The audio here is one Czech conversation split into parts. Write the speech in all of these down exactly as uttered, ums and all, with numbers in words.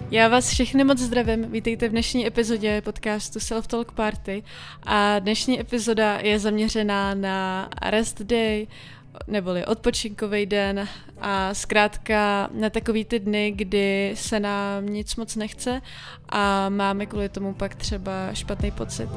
Já vás všechny moc zdravím, vítejte v dnešní epizodě podcastu Self Talk Party a dnešní epizoda je zaměřená na rest day, neboli odpočinkový den a zkrátka na takový ty dny, kdy se nám nic moc nechce a máme kvůli tomu pak třeba špatný pocit.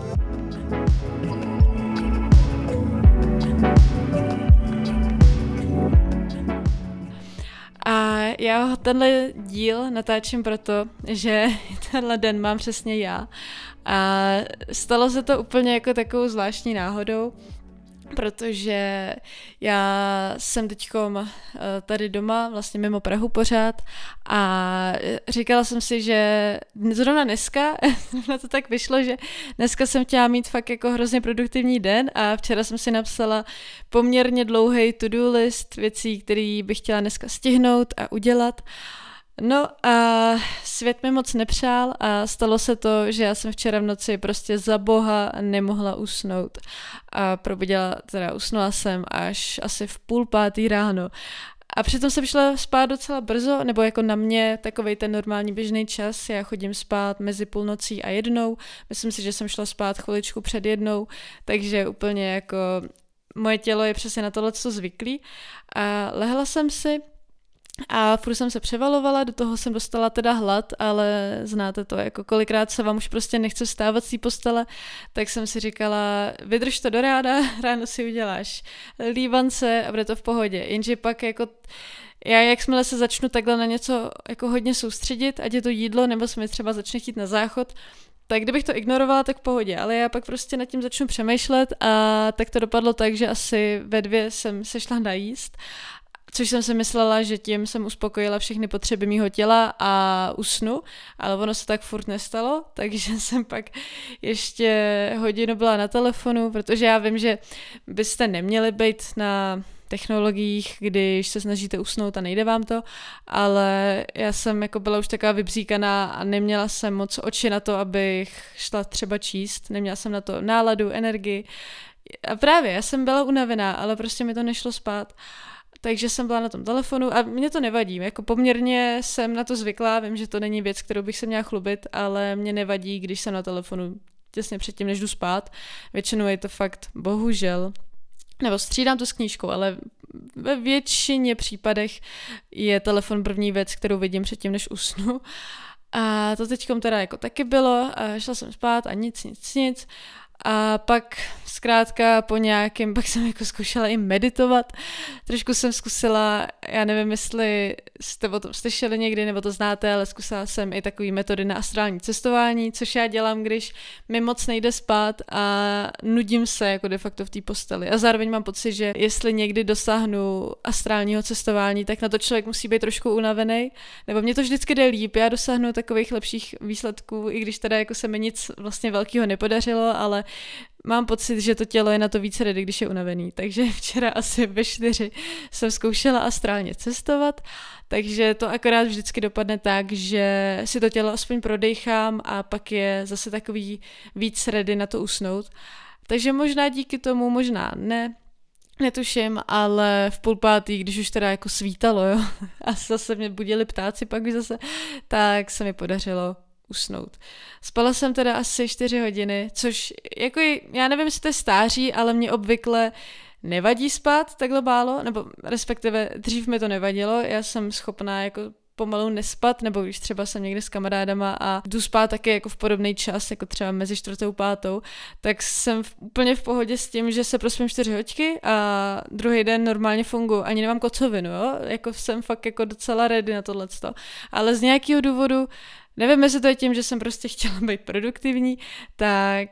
A já tenhle díl natáčím proto, že tenhle den mám přesně já. A stalo se to úplně jako takovou zvláštní náhodou, protože já jsem teďkom tady doma, vlastně mimo Prahu pořád a říkala jsem si, že zrovna dneska, na to tak vyšlo, že dneska jsem chtěla mít fakt jako hrozně produktivní den a včera jsem si napsala poměrně dlouhý to-do list věcí, které bych chtěla dneska stihnout a udělat. No a svět mi moc nepřál a stalo se to, že já jsem včera v noci prostě za boha nemohla usnout a probudila, teda usnula jsem až asi v půl pátý ráno. A přitom jsem šla spát docela brzo, nebo jako na mě takovej ten normální běžný čas, já chodím spát mezi půlnocí a jednou, myslím si, že jsem šla spát chviličku před jednou, takže úplně jako moje tělo je přesně na tohleto zvyklý a lehla jsem si a furt jsem se převalovala, do toho jsem dostala teda hlad, ale znáte to, jako kolikrát se vám už prostě nechce vstávat z té postele, tak jsem si říkala, vydrž to do rána, ráno si uděláš lívance a bude to v pohodě, jenže pak jako já jakmile se začnu takhle na něco jako hodně soustředit, ať je to jídlo, nebo se mi třeba začne chtít na záchod, tak kdybych to ignorovala, tak v pohodě, ale já pak prostě nad tím začnu přemýšlet a tak to dopadlo tak, že asi ve dvě jsem se šla najíst, což jsem si myslela, že tím jsem uspokojila všechny potřeby mýho těla a usnu, ale ono se tak furt nestalo, takže jsem pak ještě hodinu byla na telefonu, protože já vím, že byste neměli být na technologiích, když se snažíte usnout a nejde vám to, ale já jsem jako byla už taková vybříkaná a neměla jsem moc oči na to, abych šla třeba číst, neměla jsem na to náladu, energii a právě já jsem byla unavená, ale prostě mi to nešlo spát. Takže jsem byla na tom telefonu a mě to nevadí, jako poměrně jsem na to zvyklá, vím, že to není věc, kterou bych se měla chlubit, ale mě nevadí, když jsem na telefonu těsně předtím, než jdu spát. Většinou je to fakt bohužel, nebo střídám to s knížkou, ale ve většině případech je telefon první věc, kterou vidím předtím, než usnu. A to teďkom teda jako taky bylo, a šla jsem spát a nic, nic, nic. A pak zkrátka po nějakém, pak jsem jako zkoušela i meditovat, trošku jsem zkusila, já nevím, jestli jste o tom slyšeli někdy, nebo to znáte, ale zkusila jsem i takový metody na astrální cestování, což já dělám, když mi moc nejde spát a nudím se jako de facto v té posteli. A zároveň mám pocit, že jestli někdy dosáhnu astrálního cestování, tak na to člověk musí být trošku unavený, nebo mě to vždycky jde líp, já dosáhnu takových lepších výsledků, i když teda jako se mi nic vlastně velkého nepodařilo, ale mám pocit, že to tělo je na to víc ready, když je unavený. Takže včera asi ve čtyři jsem zkoušela astrálně cestovat, takže to akorát vždycky dopadne tak, že si to tělo aspoň prodejchám a pak je zase takový víc ready na to usnout. Takže možná díky tomu, možná ne, netuším, ale v půl pátý, když už teda jako svítalo, jo, a zase mě budili ptáci, pak už zase, tak se mi podařilo usnout. Spala jsem teda asi čtyři hodiny, což jako já nevím, jestli to je stáří, ale mě obvykle nevadí spát takhle málo, nebo respektive dřív mi to nevadilo, já jsem schopná jako pomalu nespat, nebo když třeba jsem někde s kamarádama a jdu spát taky jako v podobný čas, jako třeba mezi čtvrtou pátou, tak jsem v, úplně v pohodě s tím, že se prospím čtyři hoďky a druhý den normálně funguji, ani nemám kocovinu, jo? Jako jsem fakt jako docela ready na tohleto, ale z nějakého důvodu nevím, jestli to je tím, že jsem prostě chtěla být produktivní, tak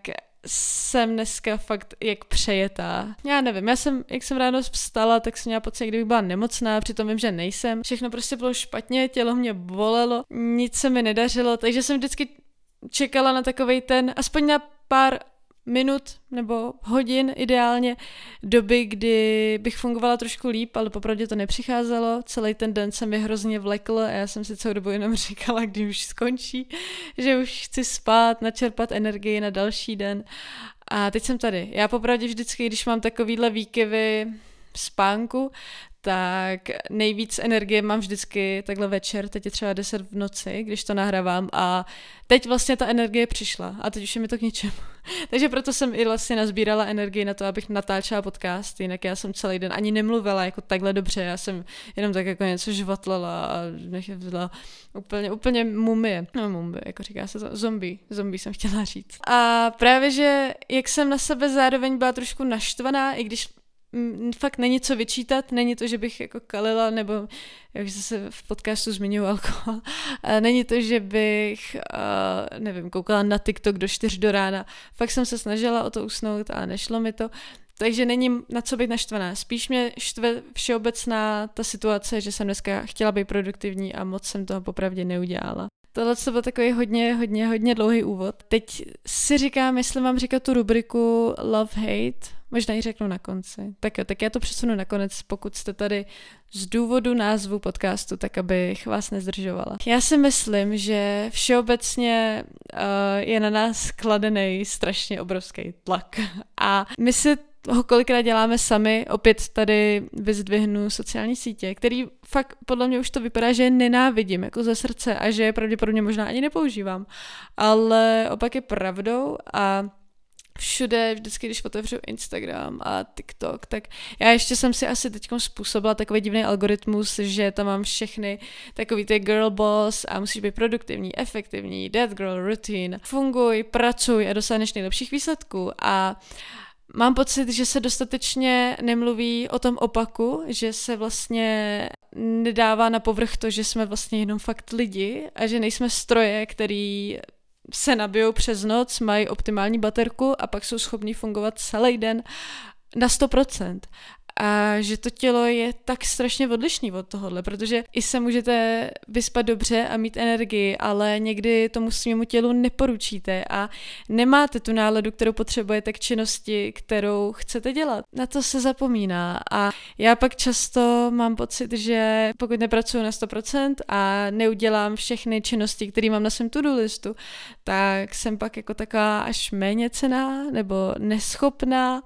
jsem dneska fakt jak přejetá. Já nevím, já jsem, jak jsem ráno vstala, tak jsem měla pocit, kdybych byla nemocná, přitom vím, že nejsem. Všechno prostě bylo špatně, tělo mě bolelo, nic se mi nedařilo, takže jsem vždycky čekala na takovej ten, aspoň na pár minut nebo hodin ideálně doby, kdy bych fungovala trošku líp, ale popravdě to nepřicházelo. Celý ten den se mi hrozně vlekl a já jsem si celou dobu jenom říkala, kdy už skončí, že už chci spát, načerpat energii na další den. A teď jsem tady. Já popravdě vždycky, když mám takovýhle výkyvy spánku, tak nejvíc energie mám vždycky takhle večer, teď je třeba deset v noci, když to nahrávám a teď vlastně ta energie přišla a teď už je mi to k ničemu. Takže proto jsem i vlastně nazbírala energii na to, abych natáčela podcast, jinak já jsem celý den ani nemluvila jako takhle dobře, já jsem jenom tak jako něco žvatlala a byla úplně, úplně mumie, no mumie, jako říká se to, zombie, zombie jsem chtěla říct. A právě, že jak jsem na sebe zároveň byla trošku naštvaná, i když fakt není co vyčítat, není to, že bych jako kalila, nebo jak zase v podcastu zmiňuji alkohol, není to, že bych, nevím, koukala na TikTok do čtyř do rána, fakt jsem se snažila o to usnout a nešlo mi to, takže není na co být naštvaná. Spíš mě štve všeobecná ta situace, že jsem dneska chtěla být produktivní a moc jsem toho popravdě neudělala. Tohle to byl takový hodně, hodně, hodně dlouhý úvod. Teď si říkám, jestli mám říkat tu rubriku Love Hate, možná ji řeknu na konci. Tak jo, tak já to přesunu nakonec, pokud jste tady z důvodu názvu podcastu, tak abych vás nezdržovala. Já si myslím, že všeobecně uh, je na nás kladený strašně obrovský tlak. A my si ho kolikrát děláme sami, opět tady vyzdvihnu sociální sítě, který fakt podle mě už to vypadá, že je nenávidím jako ze srdce a že je pravděpodobně možná ani nepoužívám. Ale opak je pravdou a všude, vždycky, když otevřu Instagram a TikTok, tak já ještě jsem si asi teď způsobila takový divný algoritmus, že tam mám všechny takový ty girl boss a musíš být produktivní, efektivní, that girl routine, funguj, pracuj a dosáhneš nejlepších výsledků a mám pocit, že se dostatečně nemluví o tom opaku, že se vlastně nedává na povrch to, že jsme vlastně jenom fakt lidi a že nejsme stroje, který se nabijou přes noc, mají optimální baterku a pak jsou schopní fungovat celý den na sto procent. A že to tělo je tak strašně odlišný od tohohle, protože i se můžete vyspat dobře a mít energii, ale někdy tomu svému tělu neporučíte a nemáte tu náladu, kterou potřebujete k činnosti, kterou chcete dělat. Na to se zapomíná a já pak často mám pocit, že pokud nepracuji na sto procent a neudělám všechny činnosti, které mám na svém to-do listu, tak jsem pak jako taková až méněcenná nebo neschopná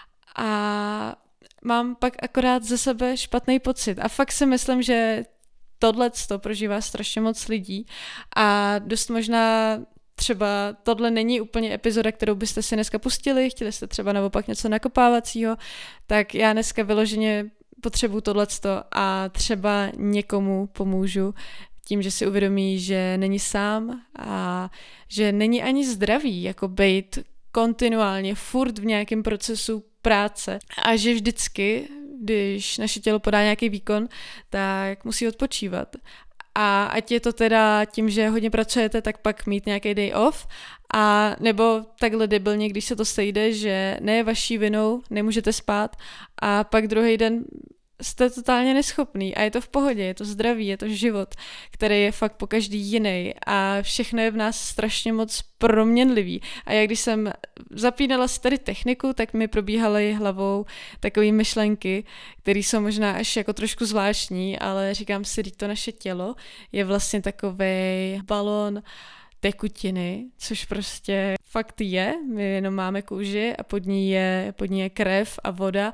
a mám pak akorát ze sebe špatný pocit. A fakt si myslím, že tohleto prožívá strašně moc lidí a dost možná třeba tohle není úplně epizoda, kterou byste si dneska pustili, chtěli jste třeba naopak něco nakopávacího, tak já dneska vyloženě potřebuju tohleto a třeba někomu pomůžu tím, že si uvědomí, že není sám a že není ani zdravý, jako bejt kontinuálně, furt v nějakém procesu práce a že vždycky, když naše tělo podá nějaký výkon, tak musí odpočívat. A ať je to teda tím, že hodně pracujete, tak pak mít nějaký day off, a nebo takhle debilně, když se to sejde, že ne je vaší vinou, nemůžete spát a pak druhý den jste totálně neschopný a je to v pohodě, je to zdraví, je to život, který je fakt po každý jiný a všechno je v nás strašně moc proměnlivý. A jak když jsem zapínala si tady techniku, tak mi probíhaly hlavou takové myšlenky, které jsou možná až jako trošku zvláštní, ale říkám si, že to naše tělo je vlastně takovej balon tekutiny, což prostě fakt je, my jenom máme kůži a pod ní je, pod ní je krev a voda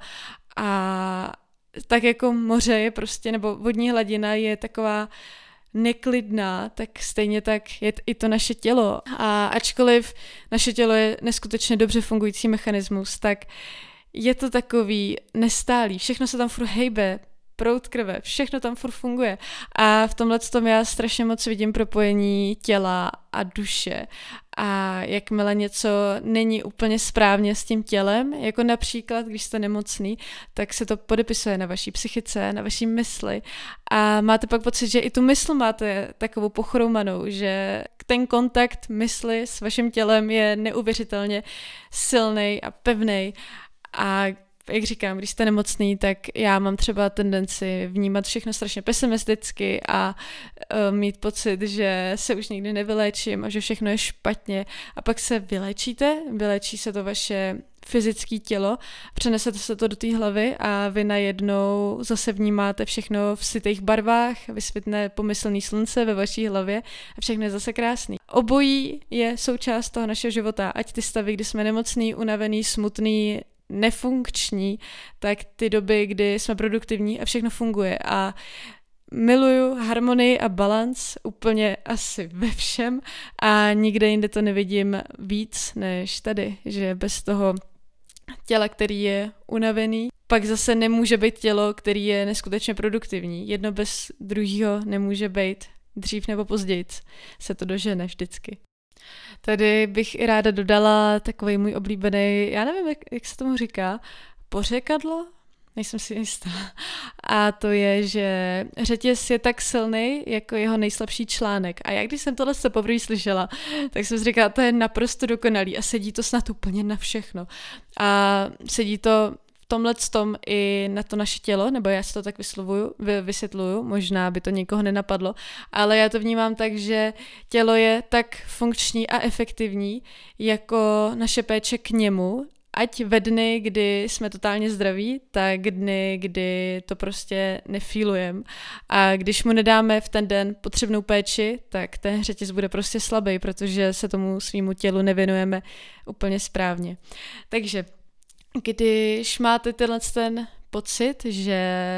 a tak jako moře je prostě, nebo vodní hladina je taková neklidná, tak stejně tak je i to naše tělo. A ačkoliv naše tělo je neskutečně dobře fungující mechanismus, tak je to takový nestálý. Všechno se tam furt hejbe, proud krve, všechno tam furt funguje. A v tomhle tom já strašně moc vidím propojení těla a duše. A jakmile něco není úplně správně s tím tělem, jako například, když jste nemocný, tak se to podepisuje na vaší psychice, na vaší mysli. A máte pak pocit, že i tu mysl máte takovou pochroumanou, že ten kontakt mysli s vaším tělem je neuvěřitelně silný a pevný. A jak říkám, když jste nemocný, tak já mám třeba tendenci vnímat všechno strašně pesimisticky a uh, mít pocit, že se už nikdy nevyléčím a že všechno je špatně. A pak se vylečíte, vylečí se to vaše fyzické tělo, přenesete se to do té hlavy a vy najednou zase vnímáte všechno v sytých barvách, vysvětne pomyslný slunce ve vaší hlavě a všechno je zase krásný. Obojí je součást toho našeho života, ať ty stavy, kdy jsme nemocný, unavený, smutný, nefunkční, tak ty doby, kdy jsme produktivní a všechno funguje. A miluju harmonii a balans úplně asi ve všem a nikde jinde to nevidím víc než tady, že bez toho těla, který je unavený, pak zase nemůže být tělo, který je neskutečně produktivní. Jedno bez druhého nemůže být, dřív nebo později se to dožene vždycky. Tady bych i ráda dodala takový můj oblíbený, já nevím, jak, jak se tomu říká, pořekadlo? Nejsem si jistá. A to je, že řetěz je tak silný, jako jeho nejslabší článek. A já když jsem tohle se poprvé slyšela, tak jsem si říkala, to je naprosto dokonalý a sedí to snad úplně na všechno. A sedí to v tomhle tom i na to naše tělo, nebo já si to tak vyslovuju, vysvětluju, možná by to někoho nenapadlo, ale já to vnímám tak, že tělo je tak funkční a efektivní, jako naše péče k němu, ať ve dny, kdy jsme totálně zdraví, tak dny, kdy to prostě nefílujeme. A když mu nedáme v ten den potřebnou péči, tak ten řetěz bude prostě slabý, protože se tomu svýmu tělu nevěnujeme úplně správně. Takže když máte tenhle ten pocit, že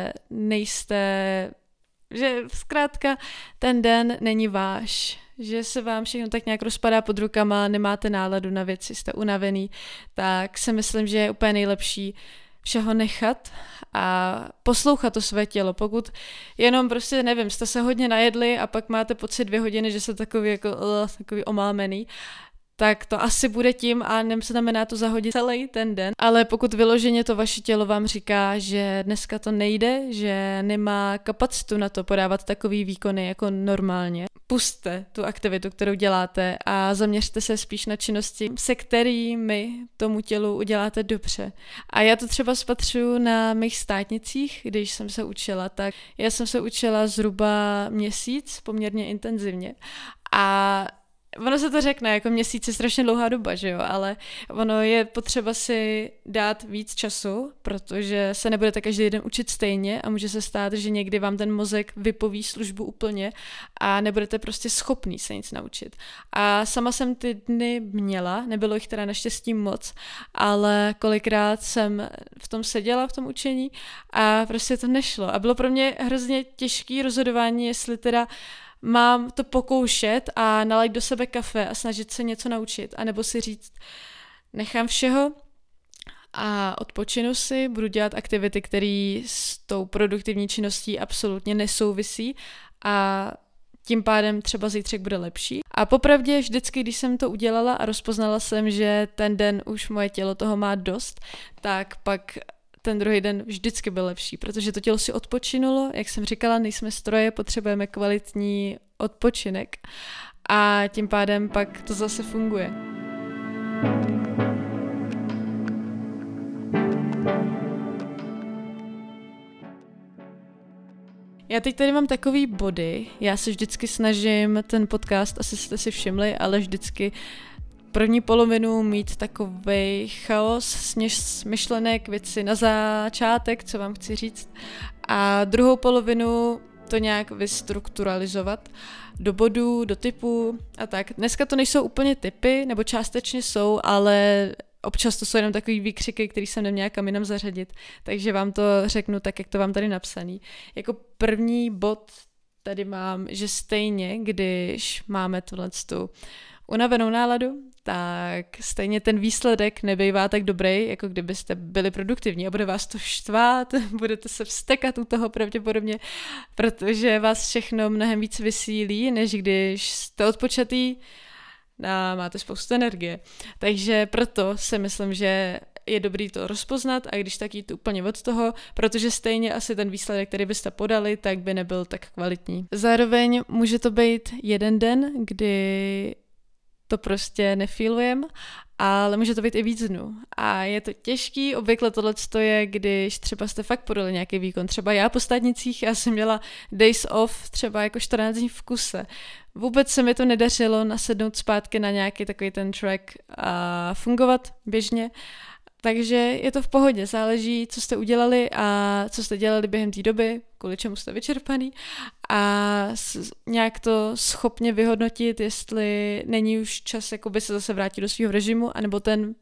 nejste, že zkrátka ten den není váš, že se vám všechno tak nějak rozpadá pod rukama, nemáte náladu na věci, jste unavený, tak si myslím, že je úplně nejlepší všeho nechat a poslouchat to své tělo. Pokud jenom prostě, nevím, jste se hodně najedli a pak máte pocit dvě hodiny, že jste takový jako uh, takový omámený, tak to asi bude tím a neznamená to zahodit celý ten den. Ale pokud vyloženě to vaše tělo vám říká, že dneska to nejde, že nemá kapacitu na to podávat takový výkony jako normálně, pusťte tu aktivitu, kterou děláte a zaměřte se spíš na činnosti, se kterými tomu tělu uděláte dobře. A já to třeba spatřuju na mých státnicích, když jsem se učila, tak já jsem se učila zhruba měsíc, poměrně intenzivně. A ono se to řekne, jako měsíc je strašně dlouhá doba, že jo, ale ono je potřeba si dát víc času, protože se nebudete každý den učit stejně a může se stát, že někdy vám ten mozek vypoví službu úplně a nebudete prostě schopný se nic naučit. A sama jsem ty dny měla, nebylo jich teda naštěstí moc, ale kolikrát jsem v tom seděla, v tom učení a prostě to nešlo. A bylo pro mě hrozně těžké rozhodování, jestli teda mám to pokoušet a nalít do sebe kafe a snažit se něco naučit, anebo si říct, nechám všeho a odpočinu si, budu dělat aktivity, které s tou produktivní činností absolutně nesouvisí a tím pádem třeba zítřek bude lepší. A popravdě vždycky, když jsem to udělala a rozpoznala jsem, že ten den už moje tělo toho má dost, tak pak ten druhý den vždycky byl lepší, protože to tělo si odpočinulo, jak jsem říkala, nejsme stroje, potřebujeme kvalitní odpočinek a tím pádem pak to zase funguje. Já teď tady mám takový body, já se vždycky snažím ten podcast, asi jste si všimli, ale vždycky první polovinu mít takovej chaos, směs myšlenek, věci na začátek, co vám chci říct, a druhou polovinu to nějak vystrukturalizovat do bodů, do typů a tak. Dneska to nejsou úplně typy, nebo částečně jsou, ale občas to jsou jenom takový výkřiky, který jsem neměla kam jinam zařadit, takže vám to řeknu tak, jak to vám tady napsaný. Jako první bod tady mám, že stejně, když máme tuto unavenou náladu, tak stejně ten výsledek nebývá tak dobrý, jako kdybyste byli produktivní a bude vás to štvát, budete se vztekat u toho pravděpodobně, protože vás všechno mnohem víc vysílí, než když jste odpočatý a máte spoustu energie. Takže proto si myslím, že je dobrý to rozpoznat a když tak jít úplně od toho, protože stejně asi ten výsledek, který byste podali, tak by nebyl tak kvalitní. Zároveň může to být jeden den, kdy to prostě nefeelujeme, ale může to být i víc dnů. A je to těžký, obvykle tohle je, když třeba jste fakt podali nějaký výkon. Třeba já po státnicích, já jsem měla days off, třeba jako čtrnáct dní v kuse. Vůbec se mi to nedařilo nasednout zpátky na nějaký takový ten track a fungovat běžně. Takže je to v pohodě, záleží, co jste udělali a co jste dělali během té doby, kvůli čemu jste vyčerpaný a nějak to schopně vyhodnotit, jestli není už čas jakoby se zase vrátit do svého režimu, anebo ten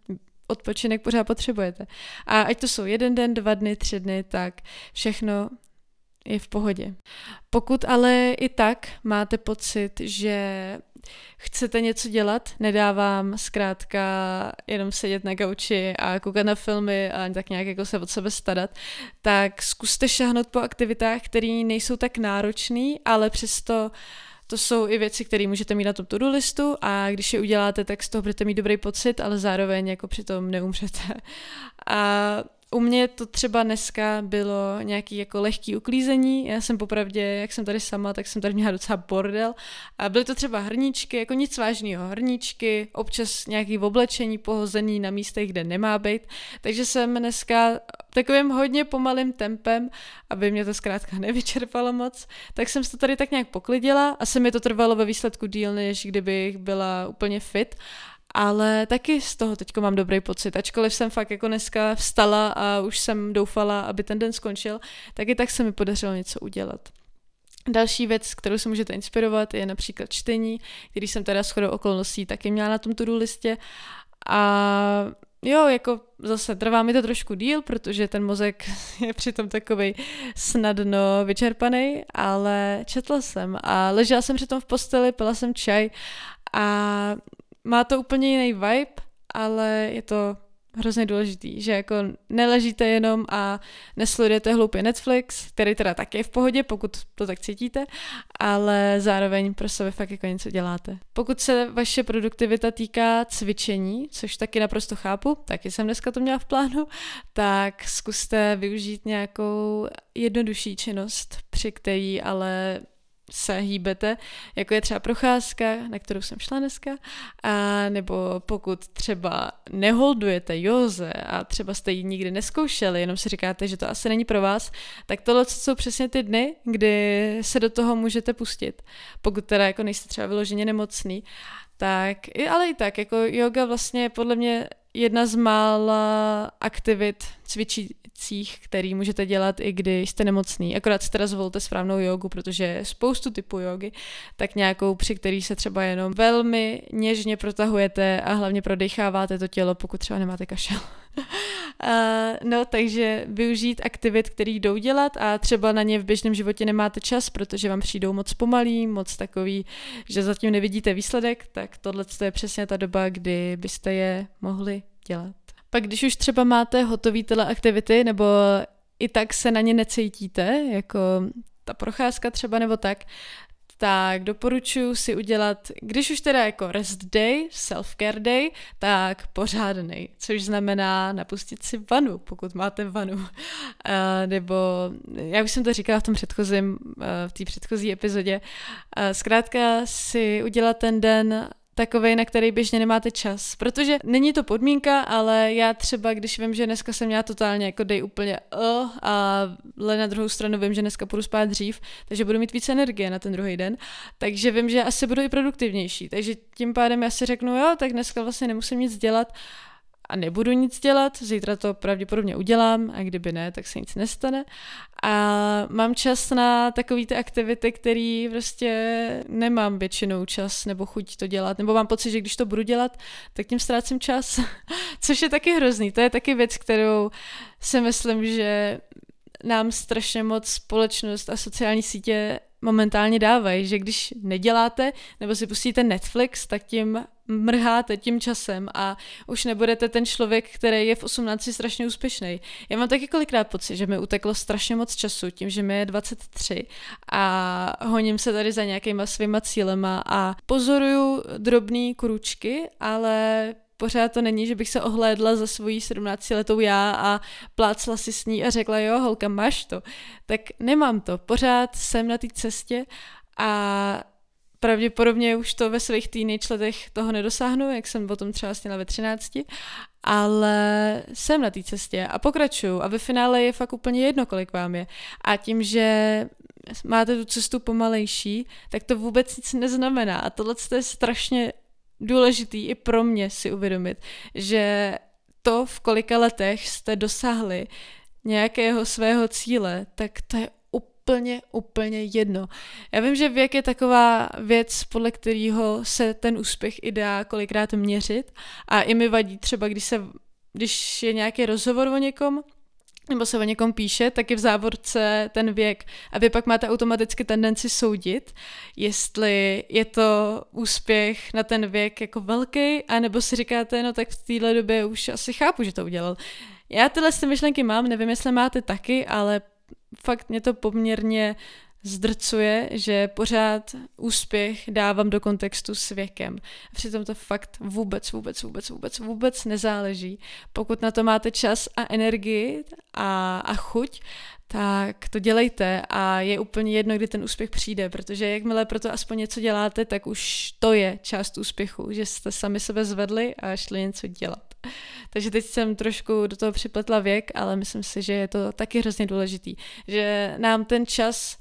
odpočinek pořád potřebujete. A ať to jsou jeden den, dva dny, tři dny, tak všechno je v pohodě. Pokud ale i tak máte pocit, že chcete něco dělat, nedávám zkrátka jenom sedět na gauči a koukat na filmy a tak nějak jako se od sebe starat, tak zkuste šáhnout po aktivitách, které nejsou tak náročné, ale přesto to jsou i věci, které můžete mít na tom to-do listu a když je uděláte, tak z toho budete mít dobrý pocit, ale zároveň jako přitom neumřete. A u mě to třeba dneska bylo nějaký jako lehký uklízení, já jsem popravdě, jak jsem tady sama, tak jsem tady měla docela bordel a byly to třeba hrníčky, jako nic vážného, hrníčky, občas nějaký oblečení pohozený na místech, kde nemá být, takže jsem dneska takovým hodně pomalým tempem, aby mě to zkrátka nevyčerpalo moc, tak jsem se to tady tak nějak poklidila a se mi to trvalo ve výsledku díl, než kdybych byla úplně fit. Ale taky z toho teďko mám dobrý pocit, ačkoliv jsem fakt jako dneska vstala a už jsem doufala, aby ten den skončil, tak i tak se mi podařilo něco udělat. Další věc, kterou se můžete inspirovat, je například čtení, který jsem teda shodou okolností taky měla na tom to-do listě a jo, jako zase trvá mi to trošku díl, protože ten mozek je přitom takovej snadno vyčerpaný, ale četla jsem a ležela jsem přitom v posteli, pila jsem čaj a má to úplně jiný vibe, ale je to hrozně důležitý, že jako neležíte jenom a nesledujete hloupě Netflix, který teda taky je v pohodě, pokud to tak cítíte, ale zároveň pro sebe fakt jako něco děláte. Pokud se vaše produktivita týká cvičení, což taky naprosto chápu, taky jsem dneska to měla v plánu, tak zkuste využít nějakou jednodušší činnost, při který ale se hýbete, jako je třeba procházka, na kterou jsem šla dneska, a nebo pokud třeba neholdujete józe a třeba jste ji nikdy neskoušeli, jenom si říkáte, že to asi není pro vás, tak tohle jsou přesně ty dny, kdy se do toho můžete pustit. Pokud teda jako nejste třeba vyloženě nemocný, tak, ale i tak, jako yoga vlastně je podle mě jedna z mála aktivit cvičících, který můžete dělat, i když jste nemocný. Akorát si teda zvolte správnou jogu, protože je spoustu typů jogy, tak nějakou, při který se třeba jenom velmi něžně protahujete a hlavně prodecháváte to tělo, pokud třeba nemáte kašel. Uh, no, takže využít aktivit, který jdou dělat a třeba na ně v běžném životě nemáte čas, protože vám přijdou moc pomalý, moc takový, že zatím nevidíte výsledek, tak tohle je přesně ta doba, kdy byste je mohli dělat. Pak když už třeba máte hotový tyhle aktivity, nebo i tak se na ně necítíte, jako ta procházka třeba nebo tak, tak doporučuji si udělat, když už teda jako rest day, self-care day, tak pořádnej, což znamená napustit si vanu, pokud máte vanu. Uh, nebo, já už jsem to říkala v tom předchozím, uh, v té předchozí epizodě, uh, zkrátka si udělat ten den takovej, na který běžně nemáte čas, protože není to podmínka, ale já třeba, když vím, že dneska jsem měla totálně jako dej úplně uh, ale na druhou stranu vím, že dneska půjdu spát dřív, takže budu mít více energie na ten druhý den, takže vím, že asi budu i produktivnější, takže tím pádem já si řeknu, jo, tak dneska vlastně nemusím nic dělat a nebudu nic dělat, zítra to pravděpodobně udělám a kdyby ne, tak se nic nestane a mám čas na takový ty aktivity, který prostě nemám většinou čas nebo chuť to dělat, nebo mám pocit, že když to budu dělat, tak tím ztrácím čas, což je taky hrozný, to je taky věc, kterou si myslím, že nám strašně moc společnost a sociální sítě momentálně dávají, že když neděláte nebo si pustíte Netflix, tak tím mrháte tím časem a už nebudete ten člověk, který je v osmnácti strašně úspěšný. Já mám taky kolikrát pocit, že mi uteklo strašně moc času tím, že mi je dvacet tři a honím se tady za nějakýma svýma cílema a pozoruju drobný kručky, ale pořád to není, že bych se ohlédla za svojí sedmnáctiletou já a plácla si s ní a řekla, jo, holka, máš to. Tak nemám to. Pořád jsem na té cestě a pravděpodobně už to ve svých teenage letech toho nedosáhnu, jak jsem o tom třeba sněla ve třinácti, ale jsem na té cestě a pokračuju a ve finále je fakt úplně jedno, kolik vám je. A tím, že máte tu cestu pomalejší, tak to vůbec nic neznamená a tohle je strašně důležitý i pro mě si uvědomit, že to, v kolika letech jste dosáhli nějakého svého cíle, tak to je úplně, úplně jedno. Já vím, že věk je taková věc, podle kterého se ten úspěch i dá kolikrát měřit a i mi vadí třeba, když se když je nějaký rozhovor o někom, nebo se o někom píše, tak je v závorce ten věk. A vy pak máte automaticky tendenci soudit, jestli je to úspěch na ten věk jako velký, anebo si říkáte, no tak v téhle době už asi chápu, že to udělal. Já tyhle ty myšlenky mám, nevím, jestli máte taky, ale fakt mě to poměrně zdrcuje, že pořád úspěch dávám do kontextu s věkem. A přitom to fakt vůbec, vůbec, vůbec, vůbec, vůbec nezáleží. Pokud na to máte čas a energii a, a chuť, tak to dělejte a je úplně jedno, kdy ten úspěch přijde, protože jakmile pro to aspoň něco děláte, tak už to je část úspěchu, že jste sami sebe zvedli a šli něco dělat. Takže teď jsem trošku do toho připletla věk, ale myslím si, že je to taky hrozně důležitý, že nám ten čas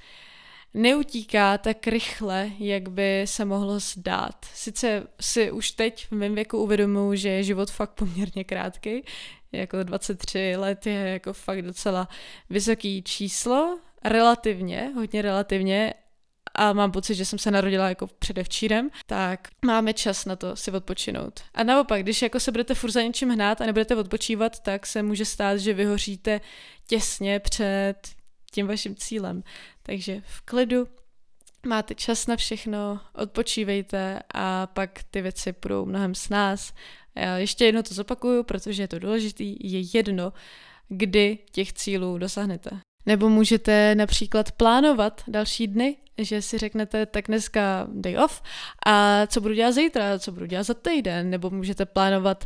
neutíká tak rychle, jak by se mohlo zdát. Sice si už teď v mém věku uvědomuji, že je život fakt poměrně krátký, jako dvacet tři let je jako fakt docela vysoký číslo, relativně, hodně relativně, a mám pocit, že jsem se narodila jako předevčírem, tak máme čas na to si odpočinout. A naopak, když jako se budete furt za něčím hnát a nebudete odpočívat, tak se může stát, že vyhoříte těsně před tím vaším cílem. Takže v klidu, máte čas na všechno, odpočívejte a pak ty věci půjdou mnohem s nás. Já ještě jednou to zopakuju, protože je to důležitý, je jedno, kdy těch cílů dosáhnete. Nebo můžete například plánovat další dny, že si řeknete, tak dneska day off a co budu dělat zítra, co budu dělat za týden, nebo můžete plánovat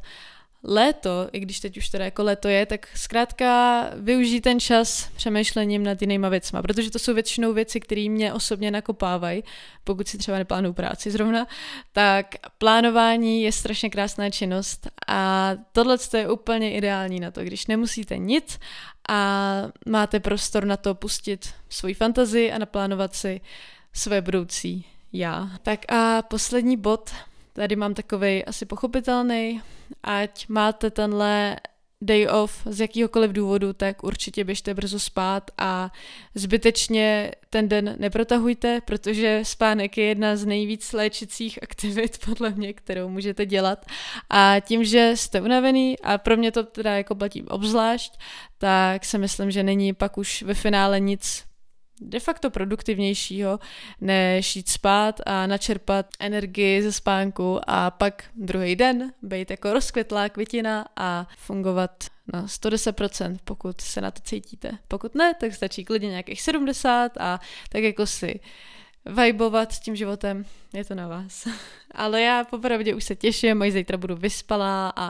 léto, i když teď už teda jako léto je, tak zkrátka využij ten čas přemýšlením nad jinýma věcma, protože to jsou většinou věci, které mě osobně nakopávají, pokud si třeba neplánuju práci zrovna, tak plánování je strašně krásná činnost a tohle je úplně ideální na to, když nemusíte nic a máte prostor na to pustit svoji fantazii a naplánovat si své budoucí já. Tak a poslední bod, tady mám takovej asi pochopitelný, ať máte tenhle day off z jakýhokoliv důvodu, tak určitě běžte brzo spát a zbytečně ten den neprotahujte, protože spánek je jedna z nejvíc léčicích aktivit, podle mě, kterou můžete dělat. A tím, že jste unavený, a pro mě to teda jako platí obzvlášť, tak si myslím, že není pak už ve finále nic de facto produktivnějšího, než jít spát a načerpat energii ze spánku a pak druhý den být jako rozkvětlá květina a fungovat na sto deset procent, pokud se na to cítíte. Pokud ne, tak stačí klidně nějakých sedmdesát a tak jako si vibovat s tím životem, je to na vás. Ale já popravdě už se těším, až zítra budu vyspalá a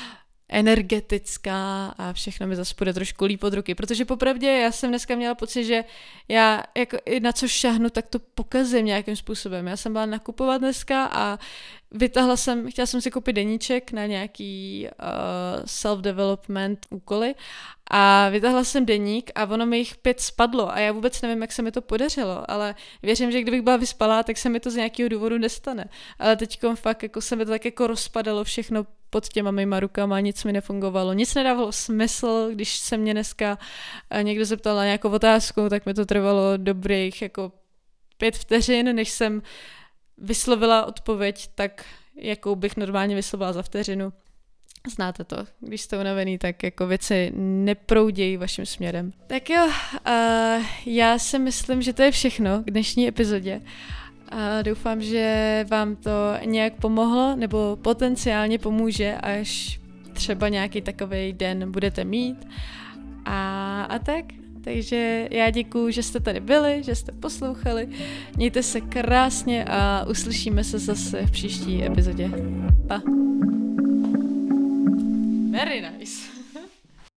energetická a všechno mi zase půjde trošku líp od ruky, protože popravdě já jsem dneska měla pocit, že já jako na co šáhnu, tak to pokazím nějakým způsobem. Já jsem byla nakupovat dneska a vytahla jsem, chtěla jsem si koupit deníček na nějaký uh, self-development úkoly a vytahla jsem deník a ono mi jich pět spadlo a já vůbec nevím, jak se mi to podařilo, ale věřím, že kdybych byla vyspalá, tak se mi to z nějakého důvodu nestane. Ale teďkom fakt jako se mi to tak jako rozpadalo všechno pod těma mýma rukama, nic mi nefungovalo, nic nedávalo smysl, když se mě dneska někdo zeptal na nějakou otázku, tak mi to trvalo dobrých jako pět vteřin, než jsem vyslovila odpověď tak, jakou bych normálně vyslovila za vteřinu. Znáte to, když jste unavený, tak jako věci neproudějí vaším směrem. Tak jo, uh, já si myslím, že to je všechno k dnešní epizodě. A doufám, že vám to nějak pomohlo nebo potenciálně pomůže, až třeba nějaký takovej den budete mít. A, a tak, takže já děkuju, že jste tady byli, že jste poslouchali. Mějte se krásně a uslyšíme se zase v příští epizodě. Pa. Very nice.